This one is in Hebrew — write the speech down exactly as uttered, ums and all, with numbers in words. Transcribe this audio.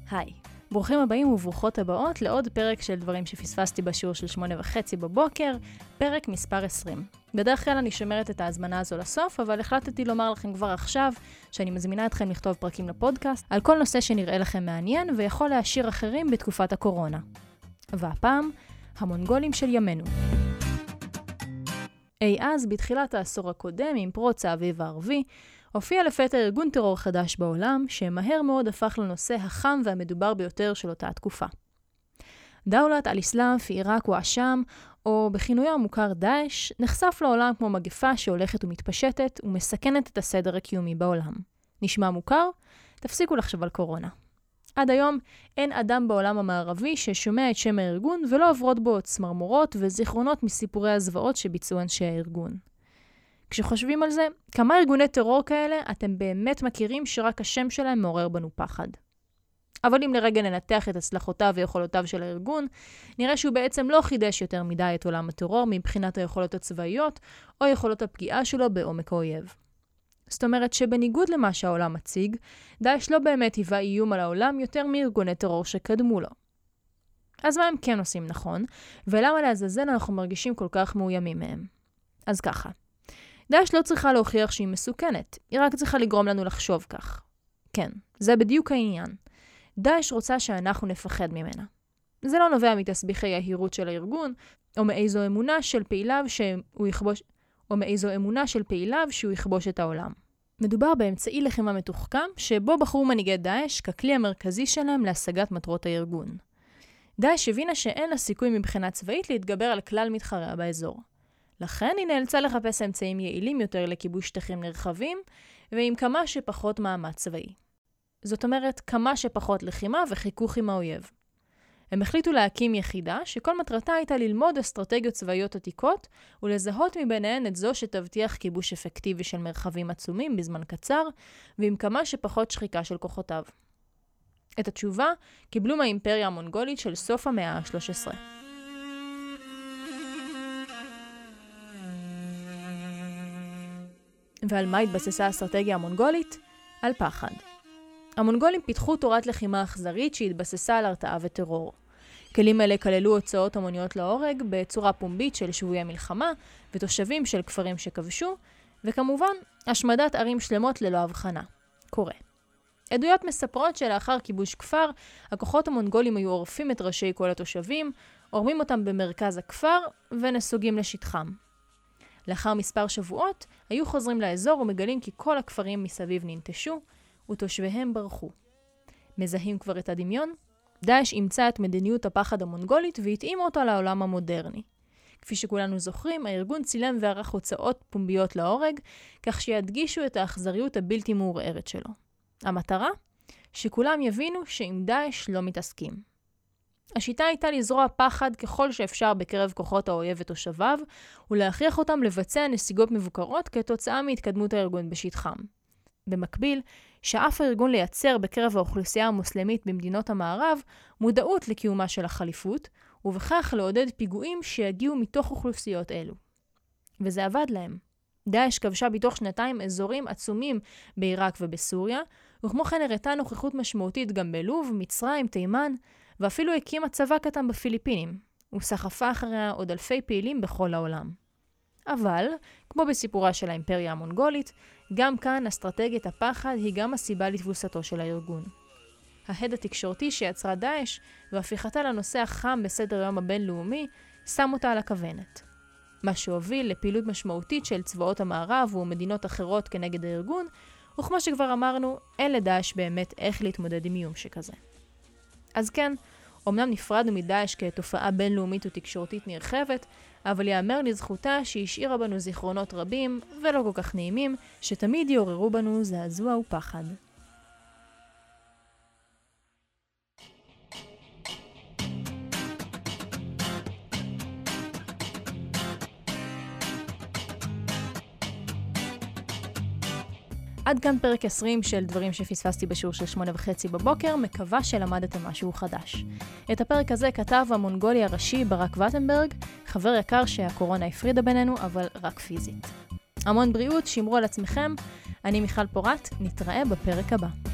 היי, ברוכים הבאים וברוכות הבאות לעוד פרק של דברים שפספסתי בשיעור של שמונה וחצי בבוקר, פרק מספר עשרים. בדרך כלל אני שומרת את ההזמנה הזו לסוף, אבל החלטתי לומר לכם כבר עכשיו שאני מזמינה אתכם לכתוב פרקים לפודקאסט על כל נושא שנראה לכם מעניין ויכול להשאיר אחרים בתקופת הקורונה. והפעם, המונגולים של ימינו. אי אז, בתחילת העשור הקודם, עם פרוץ האביב הערבי, הופיע לפתע ארגון טרור חדש בעולם, שמהר מאוד הפך לנושא החם והמדובר ביותר של אותה התקופה. דאולת אל-אסלאם פי עיראק ואשם, או בכינויו המוכר דאעש, נחשף לעולם כמו מגפה שהולכת ומתפשטת ומסכנת את הסדר הקיומי בעולם. נשמע מוכר? תפסיקו לחשוב על קורונה. עד היום אין אדם בעולם המערבי ששומע את שם הארגון ולא עוברות בו צמרמורות וזיכרונות מסיפורי הזוועות שביצעו אנשי הארגון. כשחושבים על זה, כמה ארגוני טרור כאלה אתם באמת מכירים שרק השם שלהם מעורר בנו פחד. אבל אם לרגע ננתח את הצלחותיו ויכולותיו של הארגון, נראה שהוא בעצם לא חידש יותר מדי את עולם הטרור מבחינת היכולות הצבאיות או יכולות הפגיעה שלו בעומק האויב. זאת אומרת שבניגוד למה שהעולם מציג, דאעש לא באמת היווה איום על העולם יותר מארגוני טרור שקדמו לו. אז מה הם כן עושים נכון, ולמה לעזאזל אנחנו מרגישים כל כך מאוימים מהם? אז ככה. דאעש לא צריכה להוכיח שהיא מסוכנת, היא רק צריכה לגרום לנו לחשוב כך. כן, זה בדיוק העניין. דאעש רוצה שאנחנו נפחד ממנה. זה לא נובע מתסביכי ההירות של הארגון, או מאיזו אמונה של פעיליו שהוא יכבוש, או מאיזו אמונה של פעיליו שהוא יכבוש את העולם. מדובר באמצעי לחימה מתוחכם, שבו בחרו מנהיגי דאעש ככלי המרכזי שלהם להשגת מטרות הארגון. דאעש הבינה שאין לה סיכוי מבחינה צבאית להתגבר על כלל מתחריה באזור. לכן היא נאלצה לחפש אמצעים יעילים יותר לכיבוש שטחים נרחבים, ועם כמה שפחות מאמץ צבאי. זאת אומרת, כמה שפחות לחימה וחיכוך עם האויב. הם החליטו להקים יחידה שכל מטרתה הייתה ללמוד אסטרטגיות צבאיות עתיקות, ולזהות מביניהן את זו שתבטיח כיבוש אפקטיבי של מרחבים עצומים בזמן קצר, ועם כמה שפחות שחיקה של כוחותיו. את התשובה קיבלו מהאימפריה המונגולית של סוף המאה ה-שלוש עשרה. ועל מה התבססה האסטרטגיה המונגולית? על פחד. המונגולים פיתחו תורת לחימה אכזרית שהתבססה על הרתעה וטרור. כלים אלה כללו הוצאות המוניות להורג בצורה פומבית של שבויי מלחמה ותושבים של כפרים שכבשו, וכמובן, השמדת ערים שלמות ללא הבחנה. קורה. עדויות מספרות שלאחר כיבוש כפר, הכוחות המונגולים היו עורפים את ראשי כל התושבים, עורמים אותם במרכז הכפר ונסוגים לשטחם. לאחר מספר שבועות, היו חוזרים לאזור ומגלים כי כל הכפרים מסביב ננטשו, ותושביהם ברחו. מזהים כבר את הדמיון? דאעש אימצה את מדיניות הפחד המונגולית והתאימה אותה לעולם המודרני. כפי שכולנו זוכרים, הארגון צילם וערך הוצאות פומביות להורג, כך שידגישו את האכזריות הבלתי מעורערת שלו. המטרה? שכולם יבינו שעם דאעש לא מתעסקים. השיטה הייתה לזרוע פחד ככל שאפשר בקרב כוחות האויב ותושביו, ולהכריח אותם לבצע נסיגות מבוקרות כתוצאה מהתקדמות הארגון בשטחם. במקביל, שאף הארגון לייצר בקרב האוכלוסייה המוסלמית במדינות המערב מודעות לקיומה של החליפות, ובכך לעודד פיגועים שיגיעו מתוך אוכלוסיות אלו. וזה עבד להם. דאעש כבשה בתוך שנתיים אזורים עצומים בעיראק ובסוריה, וכמו כן הראתה נוכחות משמעותית גם בלוב, מצרים, תימן, ואפילו הקימה צבא קטן בפיליפינים, וסחפה אחריה עוד אלפי פעילים בכל העולם. אבל, כמו בסיפורה של האימפריה המונגולית, גם כאן אסטרטגיית הפחד היא גם הסיבה לתבוסתו של הארגון. ההד התקשורתי שיצרה דאעש והפיכתה לנושא החם בסדר היום הבינלאומי שם אותה על הכוונת. מה שהוביל לפעילות משמעותית של צבאות המערב ומדינות אחרות כנגד הארגון, וכמו שכבר אמרנו, אין לדאעש באמת איך להתמודד עם איום שכזה. אז כן, אמנם נפרדנו מדאעש כתופעה בינלאומית ותקשורתית נרחבת, אבל יאמר לזכותה שהשאירה בנו זיכרונות רבים ולא כל כך נעימים, שתמיד יעוררו בנו זעזוע ופחד. עד כאן פרק עשרים של דברים שפספסתי בשיעור של שמונה וחצי בבוקר, מקווה שלמדתם משהו חדש. את הפרק הזה כתב המונגולי הראשי ברק וטנברג, חבר יקר שהקורונה הפרידה בינינו, אבל רק פיזית. המון בריאות, שמרו על עצמכם, אני מיכל פורט, נתראה בפרק הבא.